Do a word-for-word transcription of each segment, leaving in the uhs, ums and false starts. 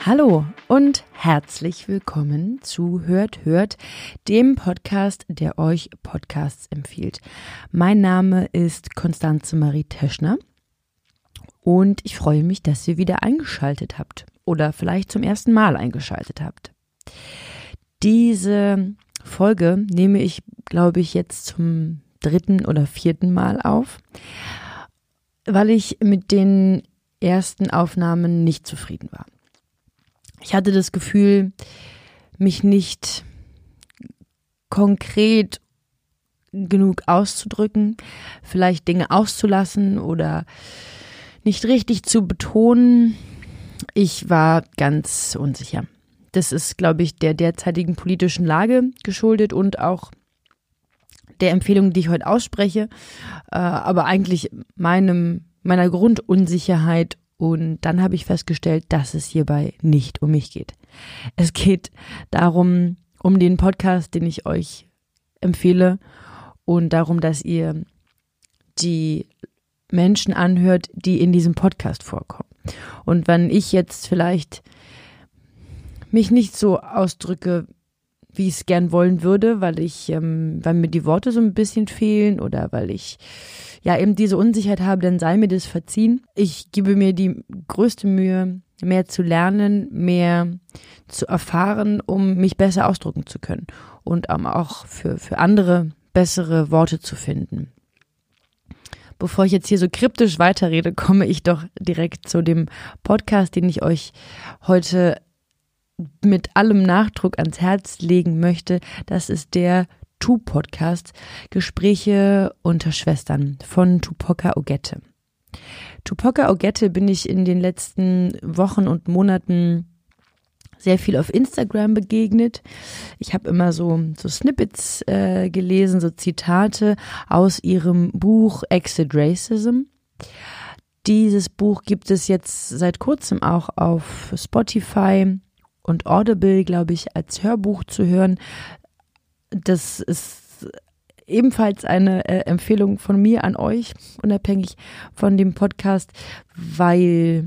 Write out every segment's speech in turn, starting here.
Hallo und herzlich willkommen zu Hört, Hört, dem Podcast, der euch Podcasts empfiehlt. Mein Name ist Konstanze Marie Teschner und ich freue mich, dass ihr wieder eingeschaltet habt oder vielleicht zum ersten Mal eingeschaltet habt. Diese Folge nehme ich, glaube ich, jetzt zum dritten oder vierten Mal auf, weil ich mit den ersten Aufnahmen nicht zufrieden war. Ich hatte das Gefühl, mich nicht konkret genug auszudrücken, vielleicht Dinge auszulassen oder nicht richtig zu betonen. Ich war ganz unsicher. Das ist, glaube ich, der derzeitigen politischen Lage geschuldet und auch der Empfehlung, die ich heute ausspreche, äh, aber eigentlich meinem, meiner Grundunsicherheit. Und dann habe ich festgestellt, dass es hierbei nicht um mich geht. Es geht darum, um den Podcast, den ich euch empfehle und darum, dass ihr die Menschen anhört, die in diesem Podcast vorkommen. Und wenn ich jetzt vielleicht mich nicht so ausdrücke, wie ich es gern wollen würde, weil ich, ähm, weil mir die Worte so ein bisschen fehlen oder weil ich ja eben diese Unsicherheit habe, dann sei mir das verziehen. Ich gebe mir die größte Mühe, mehr zu lernen, mehr zu erfahren, um mich besser ausdrücken zu können und um auch für, für andere bessere Worte zu finden. Bevor ich jetzt hier so kryptisch weiterrede, komme ich doch direkt zu dem Podcast, den ich euch heute mit allem Nachdruck ans Herz legen möchte. Das ist der Tu-Podcast, Gespräche unter Schwestern von Tupoka Ogette. Tupoka Ogette bin ich in den letzten Wochen und Monaten sehr viel auf Instagram begegnet. Ich habe immer so, so Snippets äh, gelesen, so Zitate aus ihrem Buch Exit Racism. Dieses Buch gibt es jetzt seit kurzem auch auf Spotify und Audible, glaube ich, als Hörbuch zu hören. Das ist ebenfalls eine äh, Empfehlung von mir an euch, unabhängig von dem Podcast, weil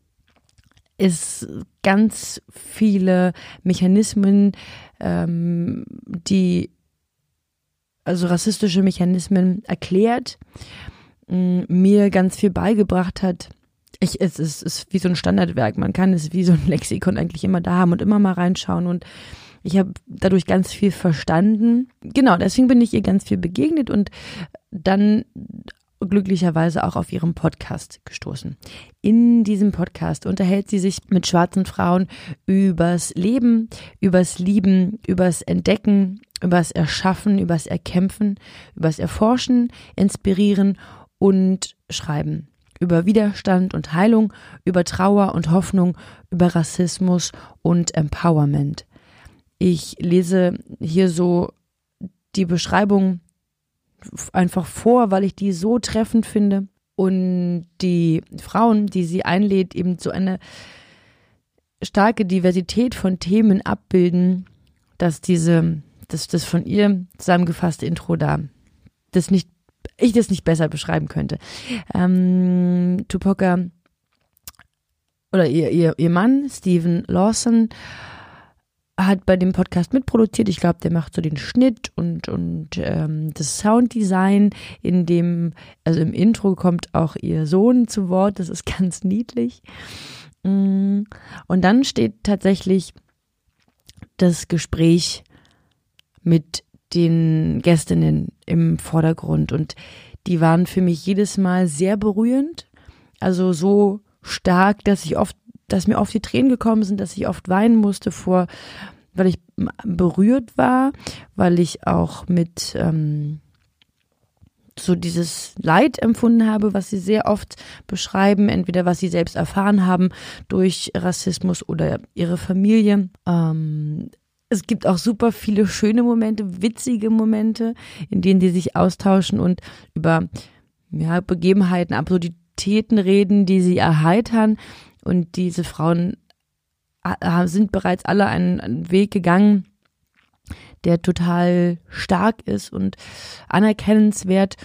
es ganz viele Mechanismen, ähm, die, also rassistische Mechanismen erklärt, mh, mir ganz viel beigebracht hat. Ich, es ist, es ist wie so ein Standardwerk, man kann es wie so ein Lexikon eigentlich immer da haben und immer mal reinschauen und ich habe dadurch ganz viel verstanden. Genau, deswegen bin ich ihr ganz viel begegnet und dann glücklicherweise auch auf ihrem Podcast gestoßen. In diesem Podcast unterhält sie sich mit schwarzen Frauen übers Leben, übers Lieben, übers Entdecken, übers Erschaffen, übers Erkämpfen, übers Erforschen, Inspirieren und Schreiben. Über Widerstand und Heilung, über Trauer und Hoffnung, über Rassismus und Empowerment. Ich lese hier so die Beschreibung einfach vor, weil ich die so treffend finde und die Frauen, die sie einlädt, eben so eine starke Diversität von Themen abbilden, dass diese, dass das von ihr zusammengefasste Intro da, das nicht ich das nicht besser beschreiben könnte. Ähm, Tupoka oder ihr, ihr, ihr Mann, Stephen Lawson, hat bei dem Podcast mitproduziert. Ich glaube, der macht so den Schnitt und, und ähm, das Sounddesign. In dem, also im Intro kommt auch ihr Sohn zu Wort. Das ist ganz niedlich. Und dann steht tatsächlich das Gespräch mit den Gästinnen im Vordergrund und die waren für mich jedes Mal sehr berührend, also so stark, dass ich oft, dass mir oft die Tränen gekommen sind, dass ich oft weinen musste vor, weil ich berührt war, weil ich auch mit ähm, so dieses Leid empfunden habe, was sie sehr oft beschreiben, entweder was sie selbst erfahren haben durch Rassismus oder ihre Familie. Ähm, Es gibt auch super viele schöne Momente, witzige Momente, in denen die sich austauschen und über ja, Begebenheiten, Absurditäten reden, die sie erheitern. Und diese Frauen sind bereits alle einen, einen Weg gegangen, der total stark ist und anerkennenswert.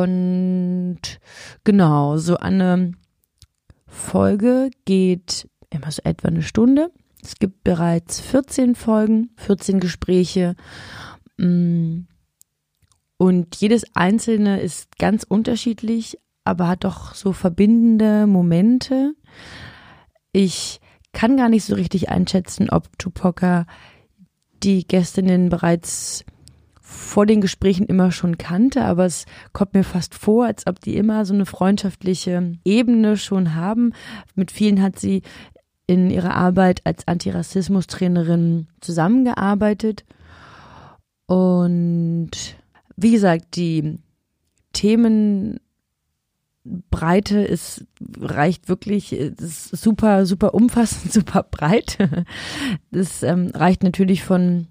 Und genau, so eine Folge geht immer so etwa eine Stunde. Es gibt bereits vierzehn Folgen, vierzehn Gespräche. Und jedes einzelne ist ganz unterschiedlich, aber hat doch so verbindende Momente. Ich kann gar nicht so richtig einschätzen, ob Tupoka die Gästinnen bereits vor den Gesprächen immer schon kannte, aber es kommt mir fast vor, als ob die immer so eine freundschaftliche Ebene schon haben. Mit vielen hat sie in ihrer Arbeit als Antirassismus-Trainerin zusammengearbeitet. Und wie gesagt, die Themenbreite ist, reicht wirklich, ist super, super umfassend, super breit. Das ähm, reicht natürlich von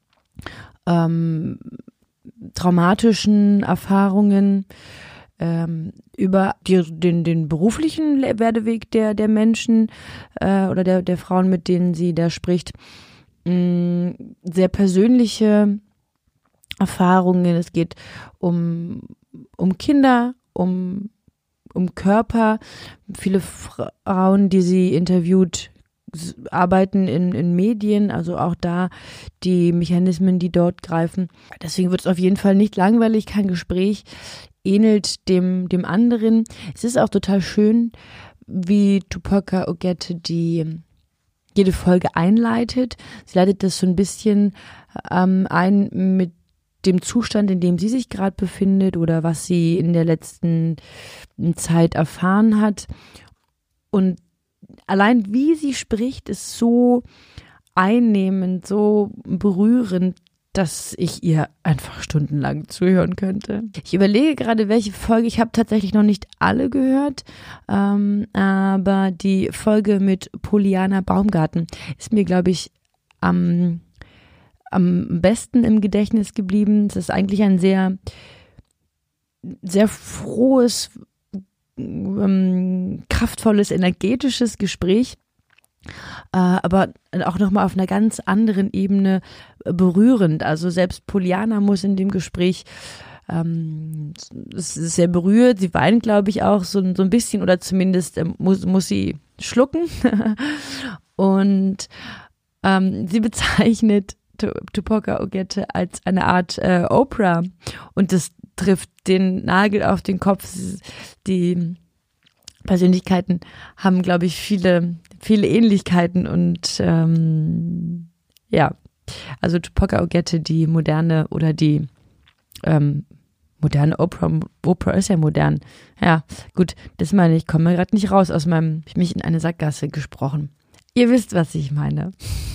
ähm, traumatischen Erfahrungen ähm, über die, den, den beruflichen Werdeweg der, der Menschen äh, oder der, der Frauen, mit denen sie da spricht. Mh, sehr persönliche Erfahrungen. Es geht um, um Kinder, um, um Körper. Viele Frauen, die sie interviewt, arbeiten in, in Medien, also auch da die Mechanismen, die dort greifen. Deswegen wird es auf jeden Fall nicht langweilig, kein Gespräch ähnelt dem, dem anderen. Es ist auch total schön, wie Tupoka Ogette die jede Folge einleitet. Sie leitet das so ein bisschen ähm, ein mit dem Zustand, in dem sie sich gerade befindet oder was sie in der letzten Zeit erfahren hat. Und allein wie sie spricht, ist so einnehmend, so berührend, dass ich ihr einfach stundenlang zuhören könnte. Ich überlege gerade, welche Folge, ich habe tatsächlich noch nicht alle gehört, ähm, aber die Folge mit Poliana Baumgarten ist mir, glaube ich, am, am besten im Gedächtnis geblieben. Es ist eigentlich ein sehr, sehr frohes, ähm, kraftvolles, energetisches Gespräch, äh, aber auch nochmal auf einer ganz anderen Ebene berührend. Also selbst Poliana muss in dem Gespräch, ähm, es ist sehr berührt, sie weint, glaube ich, auch so, so ein bisschen oder zumindest ähm, muss, muss sie schlucken und ähm, sie bezeichnet Tupoka Ogette als eine Art äh, Oprah und das trifft den Nagel auf den Kopf. Die Persönlichkeiten haben, glaube ich, viele, viele Ähnlichkeiten und ähm, ja, also Tupoka Ogette, die moderne oder die ähm, moderne Oprah, Oprah ist ja modern. Ja, gut, das meine ich, komme gerade nicht raus aus meinem, ich mich in eine Sackgasse gesprochen. Ihr wisst, was ich meine.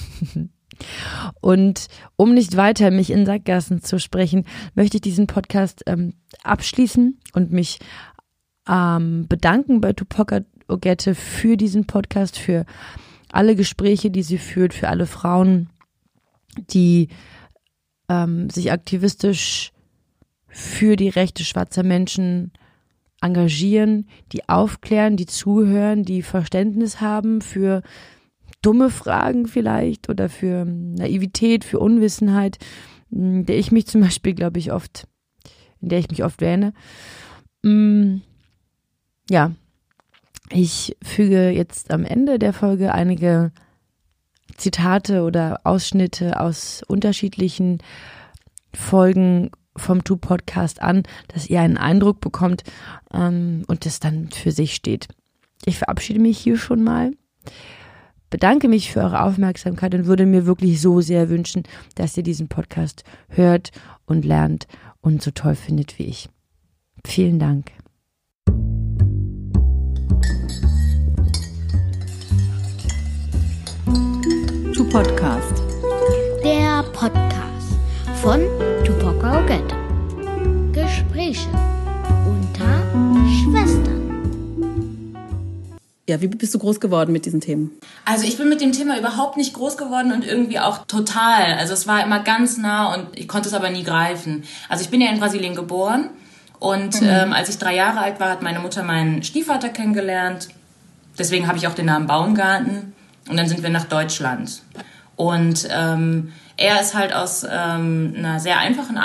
Und um nicht weiter mich in Sackgassen zu sprechen, möchte ich diesen Podcast ähm, abschließen und mich ähm, bedanken bei Tupoka Ogette für diesen Podcast, für alle Gespräche, die sie führt, für alle Frauen, die ähm, sich aktivistisch für die Rechte schwarzer Menschen engagieren, die aufklären, die zuhören, die Verständnis haben für dumme Fragen vielleicht oder für Naivität, für Unwissenheit, in der ich mich zum Beispiel, glaube ich, oft, in der ich mich oft wähne. Ja, ich füge jetzt am Ende der Folge einige Zitate oder Ausschnitte aus unterschiedlichen Folgen vom Tu-Podcast an, dass ihr einen Eindruck bekommt ähm, und das dann für sich steht. Ich verabschiede mich hier schon mal, bedanke mich für eure Aufmerksamkeit und würde mir wirklich so sehr wünschen, dass ihr diesen Podcast hört und lernt und so toll findet wie ich. Vielen Dank. Tu-Podcast. Der Podcast von Tupoka Ogette. Gespräche unter Schwestern. Ja, wie bist du groß geworden mit diesen Themen? Also ich bin mit dem Thema überhaupt nicht groß geworden und irgendwie auch total. Also es war immer ganz nah und ich konnte es aber nie greifen. Also ich bin ja in Brasilien geboren und mhm. ähm, als ich drei Jahre alt war, hat meine Mutter meinen Stiefvater kennengelernt. Deswegen habe ich auch den Namen Baumgarten und dann sind wir nach Deutschland. Und ähm, er ist halt aus ähm, einer sehr einfachen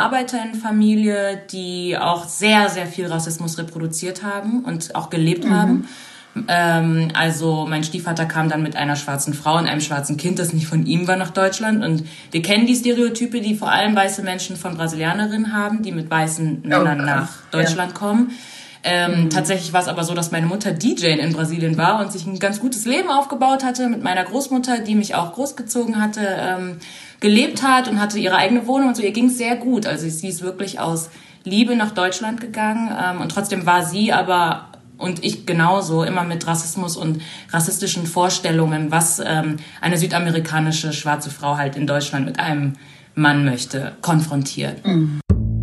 Arbeiterfamilie, die auch sehr, sehr viel Rassismus reproduziert haben und auch gelebt mhm. haben. Ähm, also mein Stiefvater kam dann mit einer schwarzen Frau und einem schwarzen Kind, das nicht von ihm war, nach Deutschland. Und wir kennen die Stereotype, die vor allem weiße Menschen von Brasilianerinnen haben, die mit weißen Männern oh, nach Deutschland ja. kommen. Ähm, mhm. Tatsächlich war es aber so, dass meine Mutter D J in Brasilien war und sich ein ganz gutes Leben aufgebaut hatte mit meiner Großmutter, die mich auch großgezogen hatte, ähm, gelebt hat und hatte ihre eigene Wohnung und so. Ihr ging es sehr gut. Also sie ist wirklich aus Liebe nach Deutschland gegangen ähm, und trotzdem war sie aber und ich genauso immer mit Rassismus und rassistischen Vorstellungen, was ähm, eine südamerikanische schwarze Frau halt in Deutschland mit einem Mann möchte, konfrontiert. Mhm.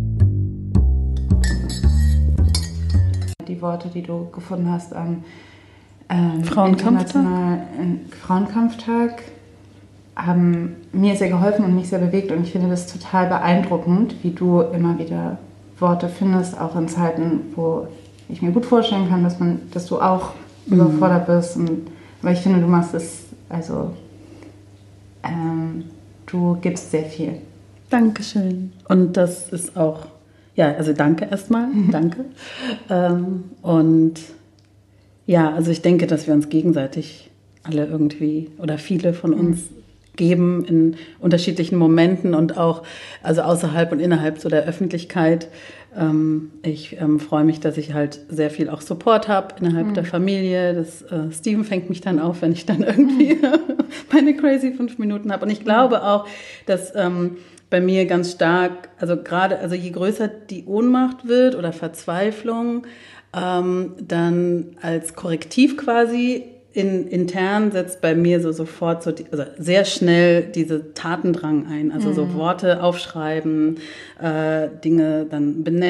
Die Worte, die du gefunden hast am ähm, Internationalen Frauenkampftag, haben mir sehr geholfen und mich sehr bewegt. Und ich finde das total beeindruckend, wie du immer wieder Worte findest, auch in Zeiten, wo ich mir gut vorstellen kann, dass, man, dass du auch mhm. überfordert bist. Und, aber ich finde, du machst es, also ähm, du gibst sehr viel. Dankeschön. Und das ist auch... Ja, also danke erstmal, mhm. danke. Ähm, und ja, also ich denke, dass wir uns gegenseitig alle irgendwie oder viele von uns mhm. geben in unterschiedlichen Momenten und auch also außerhalb und innerhalb so der Öffentlichkeit. Ähm, ich ähm, freue mich, dass ich halt sehr viel auch Support habe innerhalb mhm. der Familie. Das, äh, Steven fängt mich dann auf, wenn ich dann irgendwie mhm. meine crazy fünf Minuten habe. Und ich glaube auch, dass... Ähm, bei mir ganz stark, also gerade, also je größer die Ohnmacht wird oder Verzweiflung, ähm, dann als Korrektiv quasi in, intern setzt bei mir so sofort so, die, also sehr schnell diese Tatendrang ein, also mhm. so Worte aufschreiben, äh, Dinge dann benennen.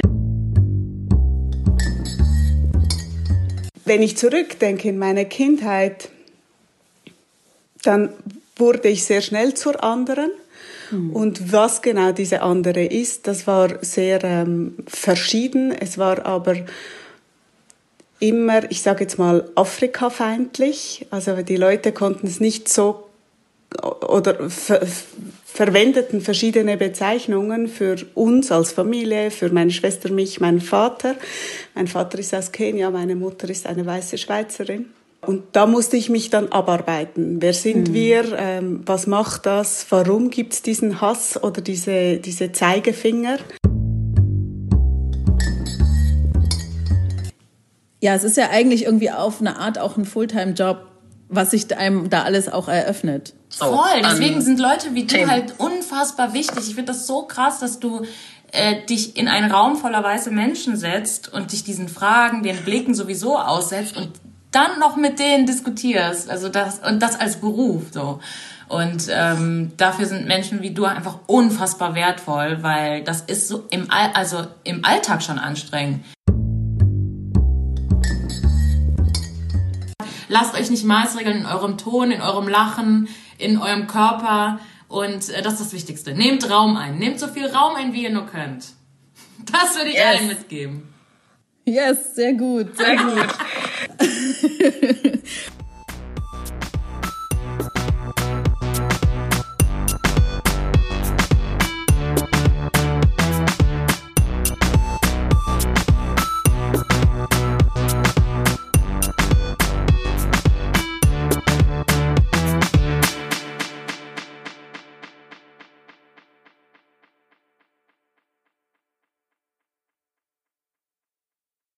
Wenn ich zurückdenke in meine Kindheit, dann wurde ich sehr schnell zur anderen. Und was genau diese andere ist, das war sehr ähm, verschieden. Es war aber immer, ich sage jetzt mal, afrikafeindlich. Also die Leute konnten es nicht so oder ver verwendeten verschiedene Bezeichnungen für uns als Familie, für meine Schwester, mich, meinen Vater. Mein Vater ist aus Kenia, meine Mutter ist eine weiße Schweizerin. Und da musste ich mich dann abarbeiten. Wer sind mhm. wir? Ähm, was macht das? Warum gibt es diesen Hass oder diese, diese Zeigefinger? Ja, es ist ja eigentlich irgendwie auf eine Art auch ein Fulltime-Job, was sich einem da alles auch eröffnet. Voll, deswegen sind Leute wie du halt unfassbar wichtig. Ich finde das so krass, dass du äh, dich in einen Raum voller weiße Menschen setzt und dich diesen Fragen, den Blicken sowieso aussetzt und dann noch mit denen diskutierst, also das und das als Beruf so. Und ähm, dafür sind Menschen wie du einfach unfassbar wertvoll, weil das ist so im All, also im Alltag schon anstrengend. Lasst euch nicht maßregeln in eurem Ton, in eurem Lachen, in eurem Körper und äh, das ist das Wichtigste. Nehmt Raum ein, nehmt so viel Raum ein, wie ihr nur könnt. Das würde ich yes. allen mitgeben. Yes, sehr gut, sehr gut.